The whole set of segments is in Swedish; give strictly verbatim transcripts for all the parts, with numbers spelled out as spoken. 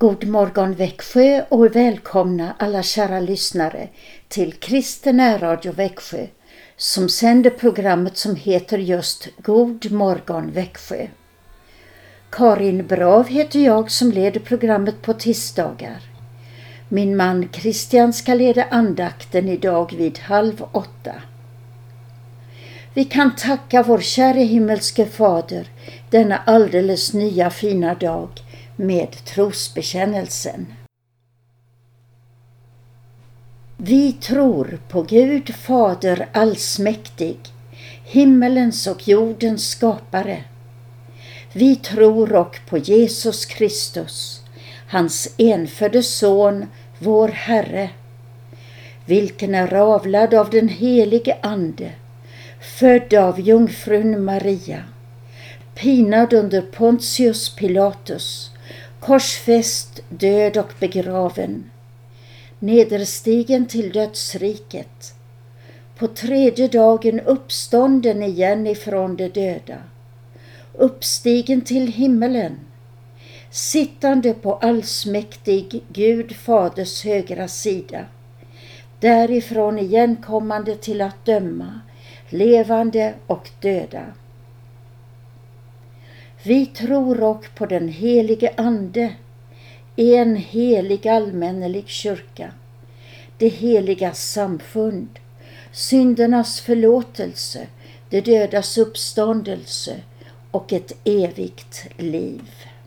God morgon Växjö och välkomna alla kära lyssnare till Kristen Radio Växjö som sänder programmet som heter just God morgon Växjö. Karin Brav heter jag som leder programmet på tisdagar. Min man Christian ska leda andakten idag vid halv åtta. Vi kan tacka vår käre himmelske fader denna alldeles nya fina dag med trosbekännelsen. Vi tror på Gud Fader allsmäktig, himmelens och jordens skapare. Vi tror och på Jesus Kristus, hans enfödde son, vår Herre, vilken är avlad av den helige Ande, född av jungfrun Maria, pinad under Pontius Pilatus, korsfäst, död och begraven, nederstigen till dödsriket, på tredje dagen uppstånden igen ifrån de döda, uppstigen till himmelen, sittande på allsmäktig Gud Faders högra sida, därifrån igenkommande till att döma levande och döda. Vi tror och på den helige Ande, en helig allmännelig kyrka, det heliga samfund, syndernas förlåtelse, det dödas uppståndelse och ett evigt liv.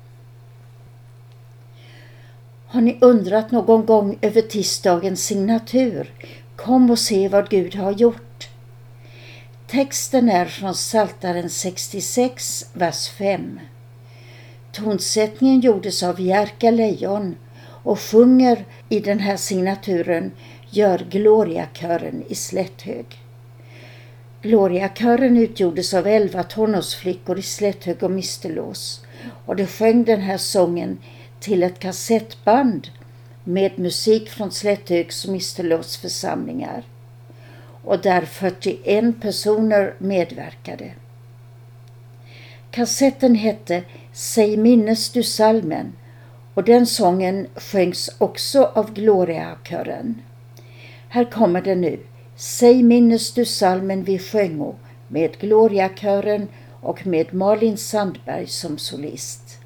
Har ni undrat någon gång över tisdagens signatur? Kom och se vad Gud har gjort. Texten är från Psaltaren sextiosex, vers fem. Tonsättningen gjordes av Jerka Lejon och sjunger i den här signaturen gör Gloriakören i Slätthög. Gloriakören utgjordes av elva tonårsflickor i Slätthög och Mistelås och de sjöng den här sången till ett kassettband med musik från Slätthögs och Mistelås församlingar. Och där fyrtioen personer medverkade. Kassetten hette Säg minnes du salmen och den sången sjöngs också av Gloriakören. Här kommer det nu. Säg minnes du salmen vi sjöngo med Gloriakören och med Malin Sandberg som solist.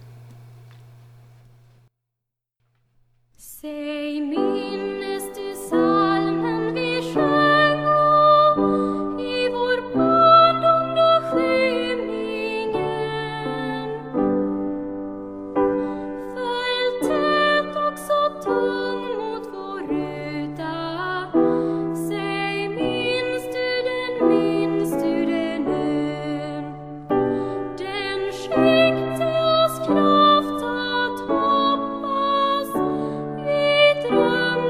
Säg minnes du salmen vi sjöngo Kraft att hoppas, vi drömmer.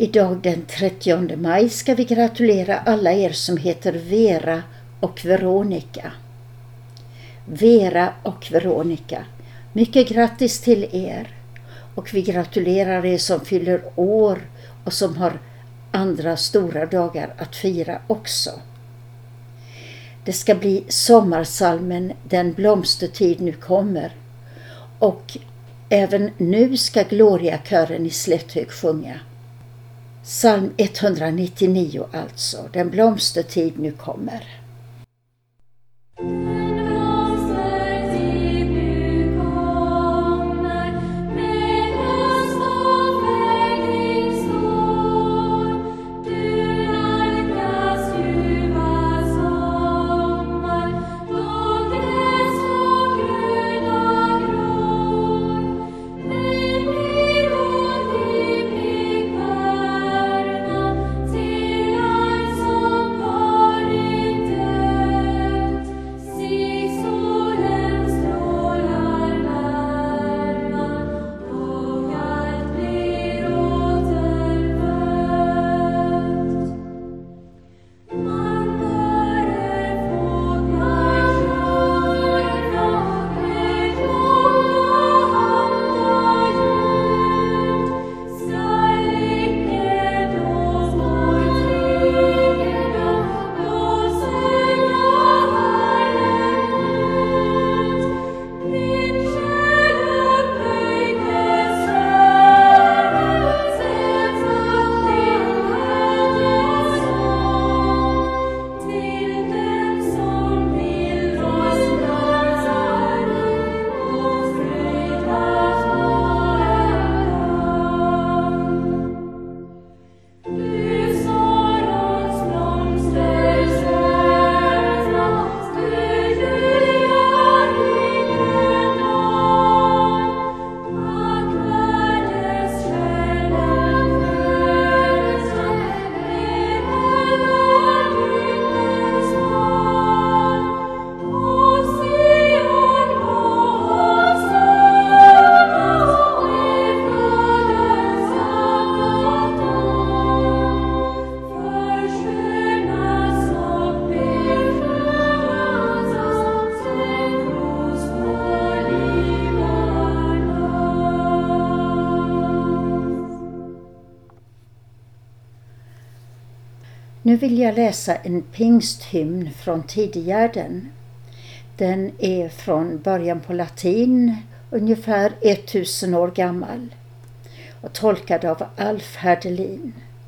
Idag den trettionde maj ska vi gratulera alla er som heter Vera och Veronica. Vera och Veronica, mycket grattis till er. Och vi gratulerar er som fyller år och som har andra stora dagar att fira också. Det ska bli sommarsalmen Den blomstertid nu kommer. Och även nu ska Gloria-kören i Slätthög sjunga. Psalm etthundranittionio alltså, Den blomstertid nu kommer. Nu vill jag läsa en pingsthymn från Tidigärden. Den är från början på latin, ungefär tusen år gammal och tolkad av Alf Herdelin.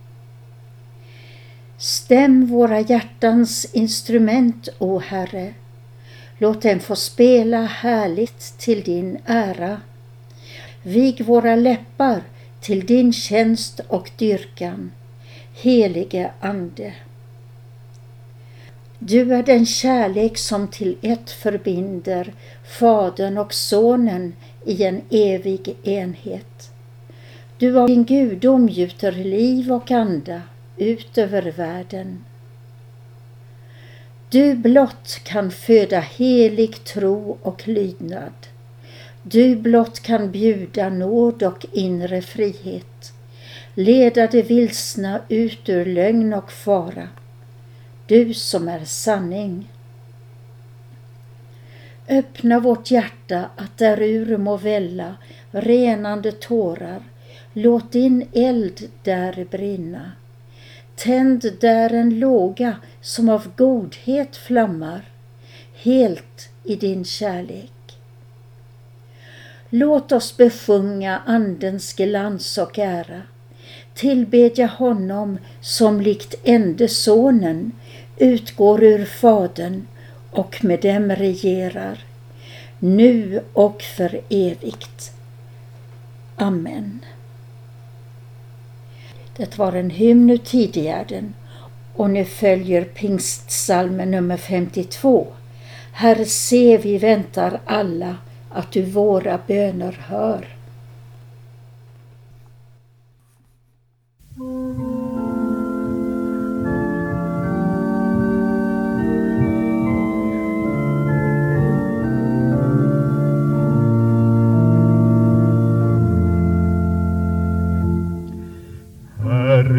Stäm våra hjärtans instrument, o Herre. Låt dem få spela härligt till din ära. Vig våra läppar till din tjänst och dyrkan, helige Ande. Du är den kärlek som till ett förbinder Fadern och Sonen i en evig enhet. Du av din gudom gjuter liv och anda ut över världen. Du blott kan föda helig tro och lydnad. Du blott kan bjuda nåd och inre frihet. Leda det vilsna ut ur lögn och fara. Du som är sanning. Öppna vårt hjärta att därur må välla renande tårar. Låt din eld där brinna. Tänd där en låga som av godhet flammar, helt i din kärlek. Låt oss besjunga andens glans och ära, tillbedja honom som likt ende sonen utgår ur fadern och med dem regerar, nu och för evigt. Amen. Det var en hymn ur Tidigärden och nu följer pingstsalmen nummer femtiotvå. Herre, se, vi väntar alla att du våra böner hör. Herre,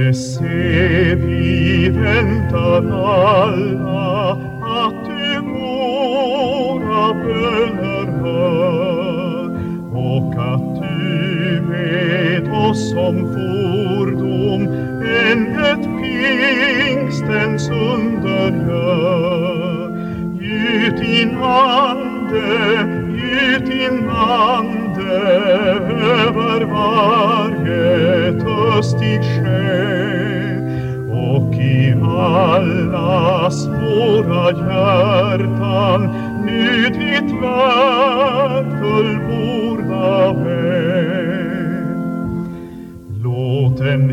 våra böner hör, och att du med oss som fordom ändet pingstens under gör. Gjut din ande, gjut din ande över varje törstig själ, och i allas våra hjärtan nu ditt verk fullborda väl. Låt den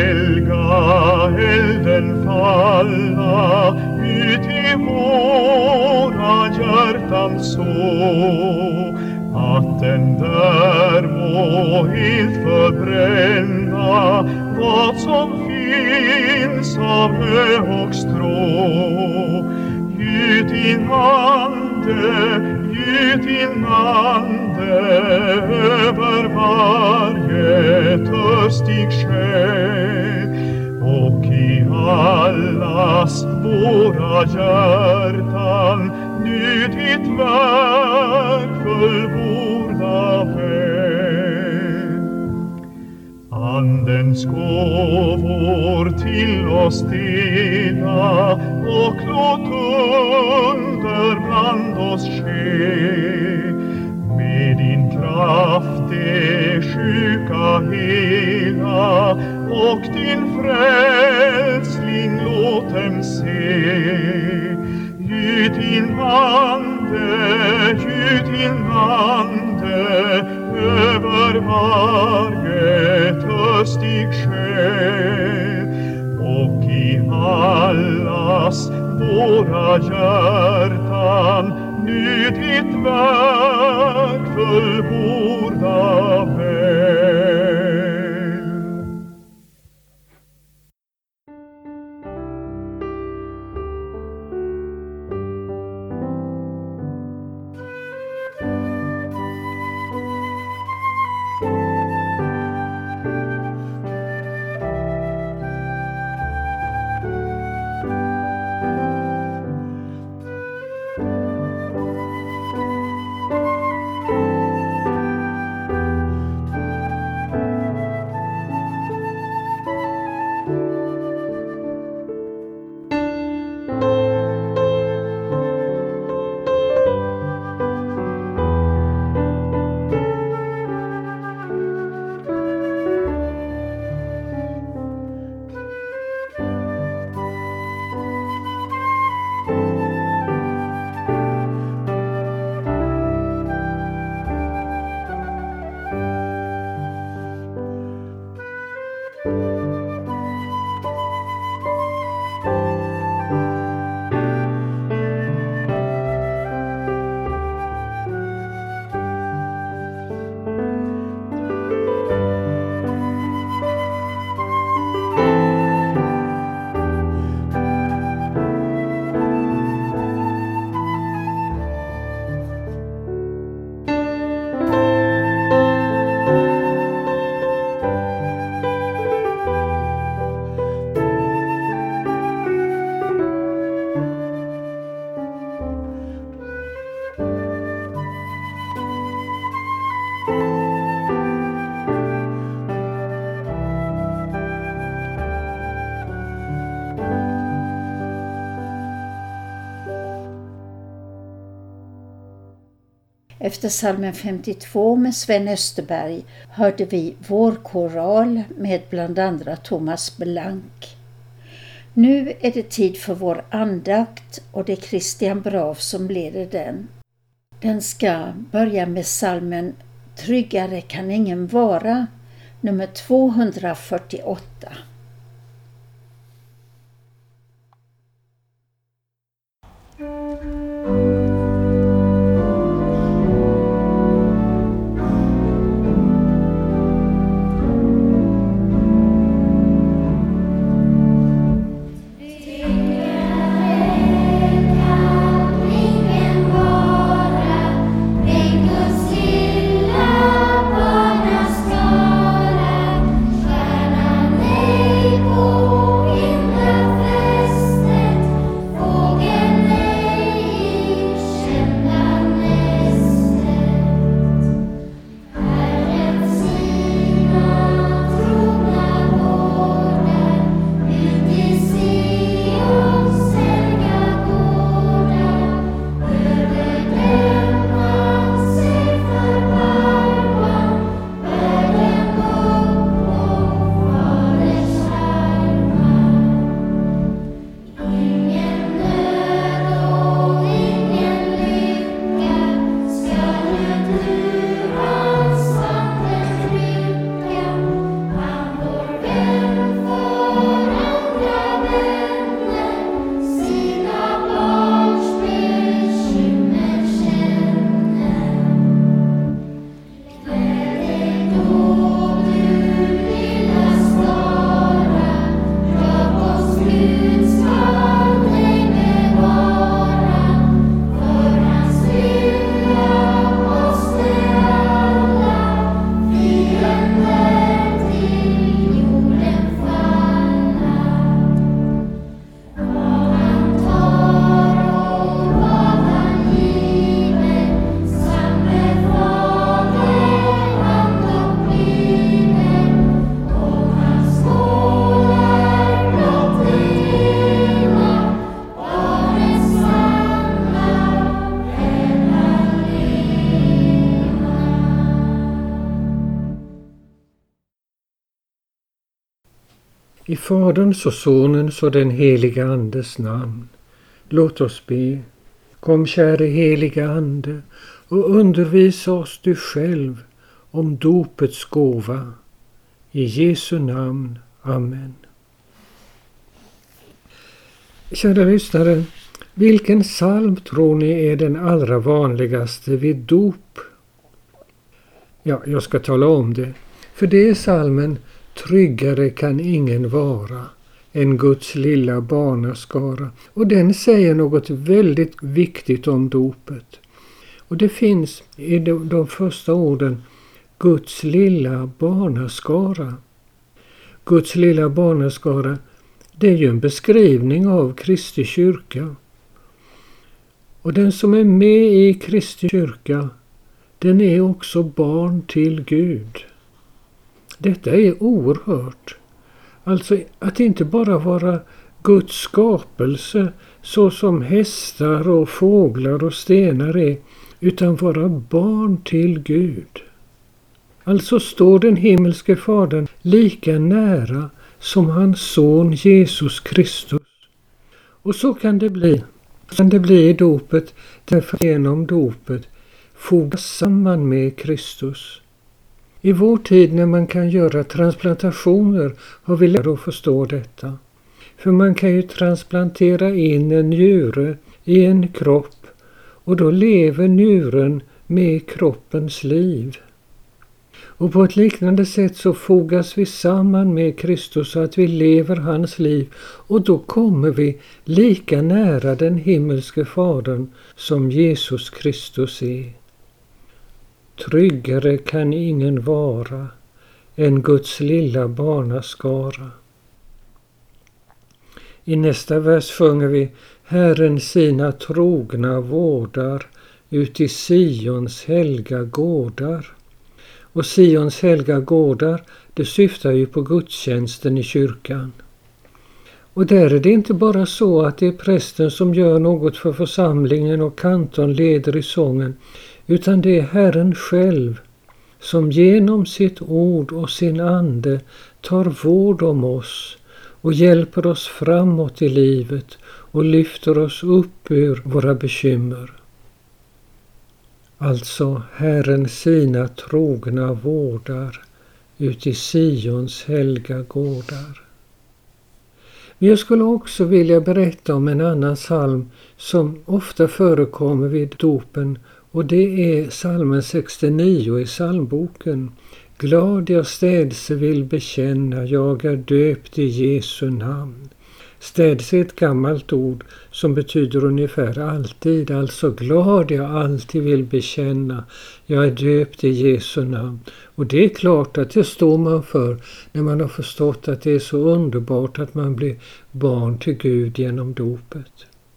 helga elden falla ut i våra hjärtan så, att den där må helt förbränna vad som finns av hö och strå. Gjut din ande, gjut din ande över varje törstig själ, och i allas våra hjärtan nu ditt verk fullborda väl. Andens gåvor till oss dela, och låt under bland oss ske. Med din kraft de sjuka hela, och din frälsning låt dem se. Gjut din ande, gjut din ande över varje törstig själ, och i allas våra hjärtan nu ditt verk fullborda väl. Efter psalmen femtiotvå med Sven Österberg hörde vi Vår koral med bland andra Thomas Blank. Nu är det tid för vår andakt, och det är Christian Brav som leder den. Den ska börja med psalmen Tryggare kan ingen vara, nummer tvåhundrafyrtioåtta. Stjärnan I Faderns och Sonens och den heliga Andes namn. Låt oss be. Kom, käre heliga Ande, och undervisa oss du själv om dopets gåva. I Jesu namn. Amen. Kära lyssnare, vilken psalm tror ni är den allra vanligaste vid dop? Ja, jag ska tala om det. För det är psalmen "Tryggare kan ingen vara än Guds lilla barnaskara". Och den säger något väldigt viktigt om dopet. Och det finns i de, de första orden Guds lilla barnaskara. Guds lilla barnaskara, det är ju en beskrivning av Kristi kyrka. Och den som är med i Kristi kyrka, den är också barn till Gud. Detta är oerhört. Alltså att inte bara vara Guds skapelse så som hästar och fåglar och stenar är, utan vara barn till Gud. Alltså står den himmelske Fadern lika nära som hans son Jesus Kristus. Och så kan det bli. Kan det bli i dopet, därför genom dopet fogas samman med Kristus. I vår tid när man kan göra transplantationer har vi lärt att förstå detta. För man kan ju transplantera in en njure i en kropp och då lever njuren med kroppens liv. Och på ett liknande sätt så fogas vi samman med Kristus så att vi lever hans liv, och då kommer vi lika nära den himmelske Fadern som Jesus Kristus är. Tryggare kan ingen vara än Guds lilla barnaskara. I nästa vers sjunger vi Herren sina trogna vårdar ut i Sions helga gårdar. Och Sions helga gårdar, det syftar ju på gudstjänsten i kyrkan. Och där är det inte bara så att det är prästen som gör något för församlingen och kantorn leder i sången, utan det är Herren själv som genom sitt ord och sin ande tar vård om oss och hjälper oss framåt i livet och lyfter oss upp ur våra bekymmer. Alltså Herren sina trogna vårdar ut i Sions helga gårdar. Men jag skulle också vilja berätta om en annan psalm som ofta förekommer vid dopen, och det är psalmen sextionio i psalmboken. Glad jag städse vill bekänna, jag är döpt i Jesu namn. Städse är ett gammalt ord som betyder ungefär alltid, alltså glad jag alltid vill bekänna, jag är döpt i Jesu namn. Och det är klart att det står man för när man har förstått att det är så underbart att man blir barn till Gud genom dopet.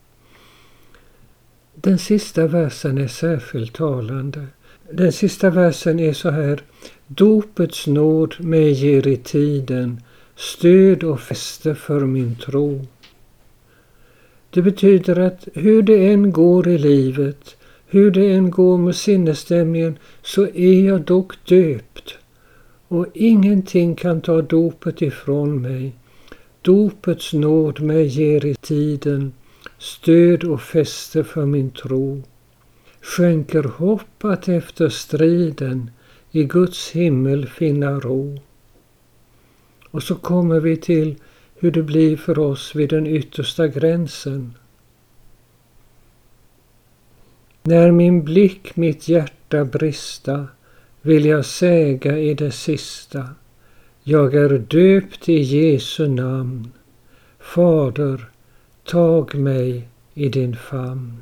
Den sista versen är särskilt talande. Den sista versen är så här: dopets nåd mig ger i tiden stöd och fäste för min tro. Det betyder att hur det än går i livet, hur det än går med sinnesstämningen, så är jag dock döpt. Och ingenting kan ta dopet ifrån mig. Dopets nåd mig ger i tiden stöd och fäste för min tro. Skänker hopp att efter striden i Guds himmel finna ro. Och så kommer vi till hur det blir för oss vid den yttersta gränsen. När min blick mitt hjärta brista vill jag säga i det sista: jag är döpt i Jesu namn. Fader, tag mig i din famn.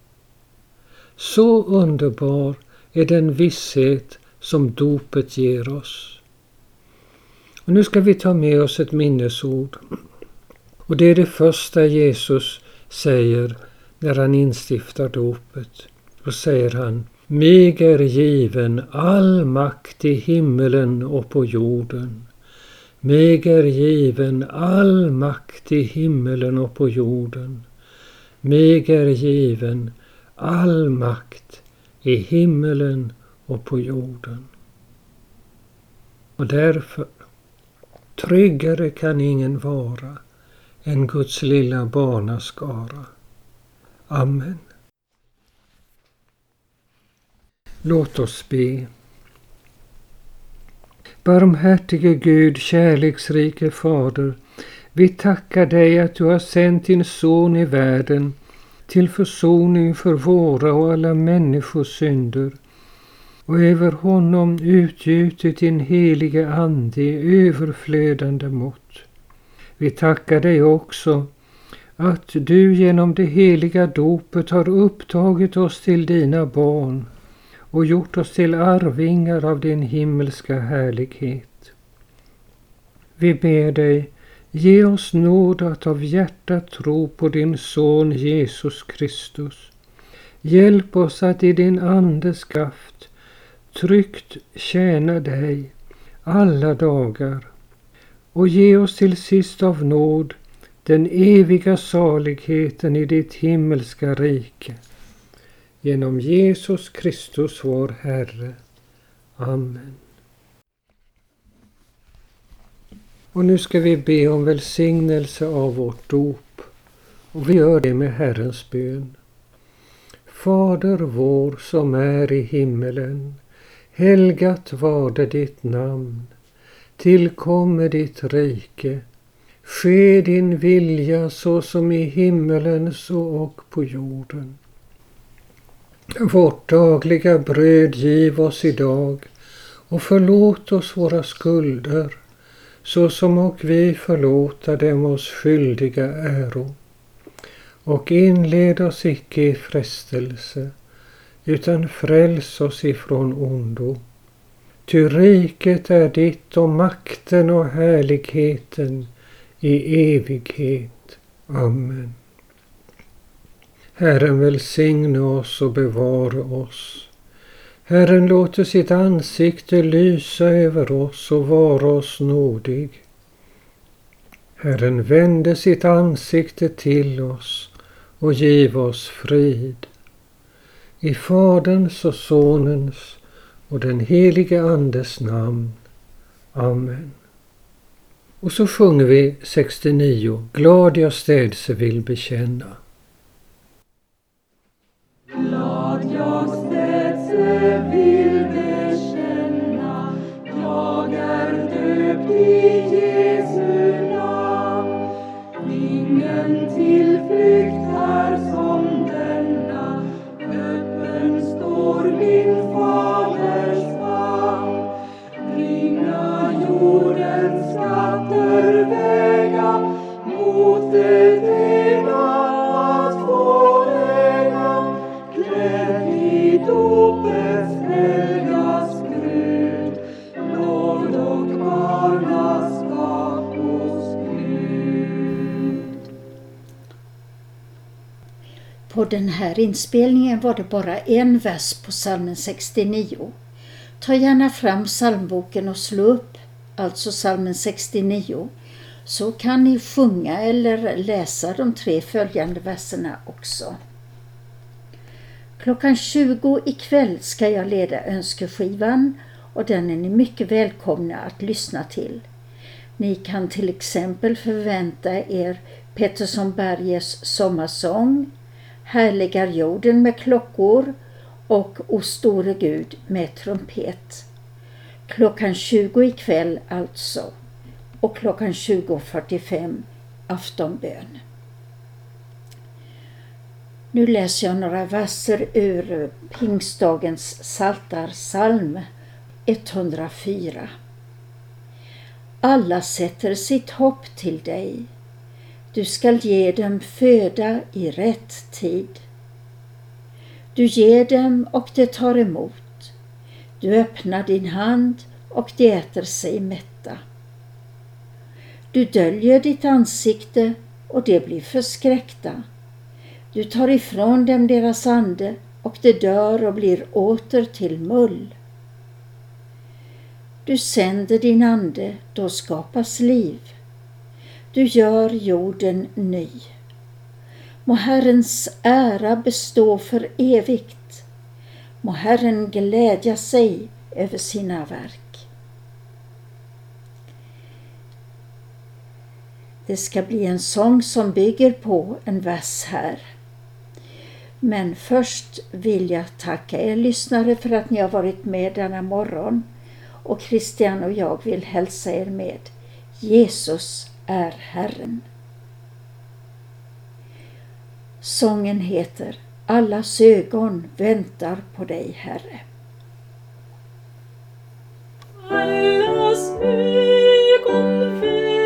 Så underbar är den visshet som dopet ger oss. Och nu ska vi ta med oss ett minnesord. Och det är det första Jesus säger när han instiftar dopet. Då säger han: mig är given all makt i himmelen och på jorden. Mig är given all makt i himmelen och på jorden. Mig är given all makt i himmelen och på jorden. Och därför Tryggare kan ingen vara än Guds lilla barnaskara. Amen. Låt oss be. Barmhärtige Gud, kärleksrike Fader, vi tackar dig att du har sänt din son i världen till försoning för våra och alla människors synder och över honom utgjutit din heliga ande i överflödande mått. Vi tackar dig också att du genom det heliga dopet har upptagit oss till dina barn och gjort oss till arvingar av din himmelska härlighet. Vi ber dig, ge oss nåd att av hjärtat tro på din son Jesus Kristus. Hjälp oss att i din andes kraft tryggt tjäna dig alla dagar och ge oss till sist av nåd den eviga saligheten i ditt himmelska rike. Genom Jesus Kristus vår Herre. Amen. Och nu ska vi be om välsignelse av vårt dop. Och vi gör det med Herrens bön. Fader vår som är i himmelen, helgat varde ditt namn. Tillkommer ditt rike. Ske din vilja så som i himmelen så och på jorden. Vårt dagliga bröd giv oss idag och förlåt oss våra skulder så som och vi förlåta dem oss skyldiga äro. Och inled oss icke i frestelse utan fräls oss ifrån ondo. Ty riket är ditt och makten och härligheten i evighet. Amen. Herren välsigne oss och bevara oss. Herren låter sitt ansikte lysa över oss och vara oss nådig. Herren vände sitt ansikte till oss och giv oss frid. I Faderns och Sonens och den helige Andes namn. Amen. Och så sjunger vi sextionio, glad jag städse vill bekänna. Glad jag städse vill bekänna, jag är döpt i Jesu namn. Ingen tillflykt här som denna, öppen står min Faders famn. Ringa jordens skatter väga mot det ena att få äga, klädd i dopets helga skrud, nåd och barnaskap hos Gud. På den här inspelningen var det bara en vers på psalmen sextionio. Ta gärna fram psalmboken och slå upp, alltså psalmen sextionio, så kan ni sjunga eller läsa de tre följande verserna också. Klockan tjugo ikväll ska jag leda önskeskivan och den är ni mycket välkomna att lyssna till. Ni kan till exempel förvänta er Pettersson Berges sommarsång, Härligar jorden med klockor och O store Gud med trumpet. Klockan tjugo ikväll alltså, och klockan tjugo fyrtiofem aftonbön. Nu läser jag några verser ur pingstdagens psaltarpsalm etthundrafyra. Alla sätter sitt hopp till dig. Du skall ge dem föda i rätt tid. Du ger dem och de tar emot. Du öppnar din hand och de äter sig mätta. Du döljer ditt ansikte och de blir förskräckta. Du tar ifrån dem deras ande och de dör och blir åter till mull. Du sänder din ande, då skapas liv. Du gör jorden ny. Må Herrens ära bestå för evigt. Må Herren glädja sig över sina verk. Det ska bli en sång som bygger på en vers här. Men först vill jag tacka er lyssnare för att ni har varit med denna morgon. Och Christian och jag vill hälsa er med: Jesus är Herren. Sången heter Allas ögon väntar på dig, Herre. Allas ögon väntar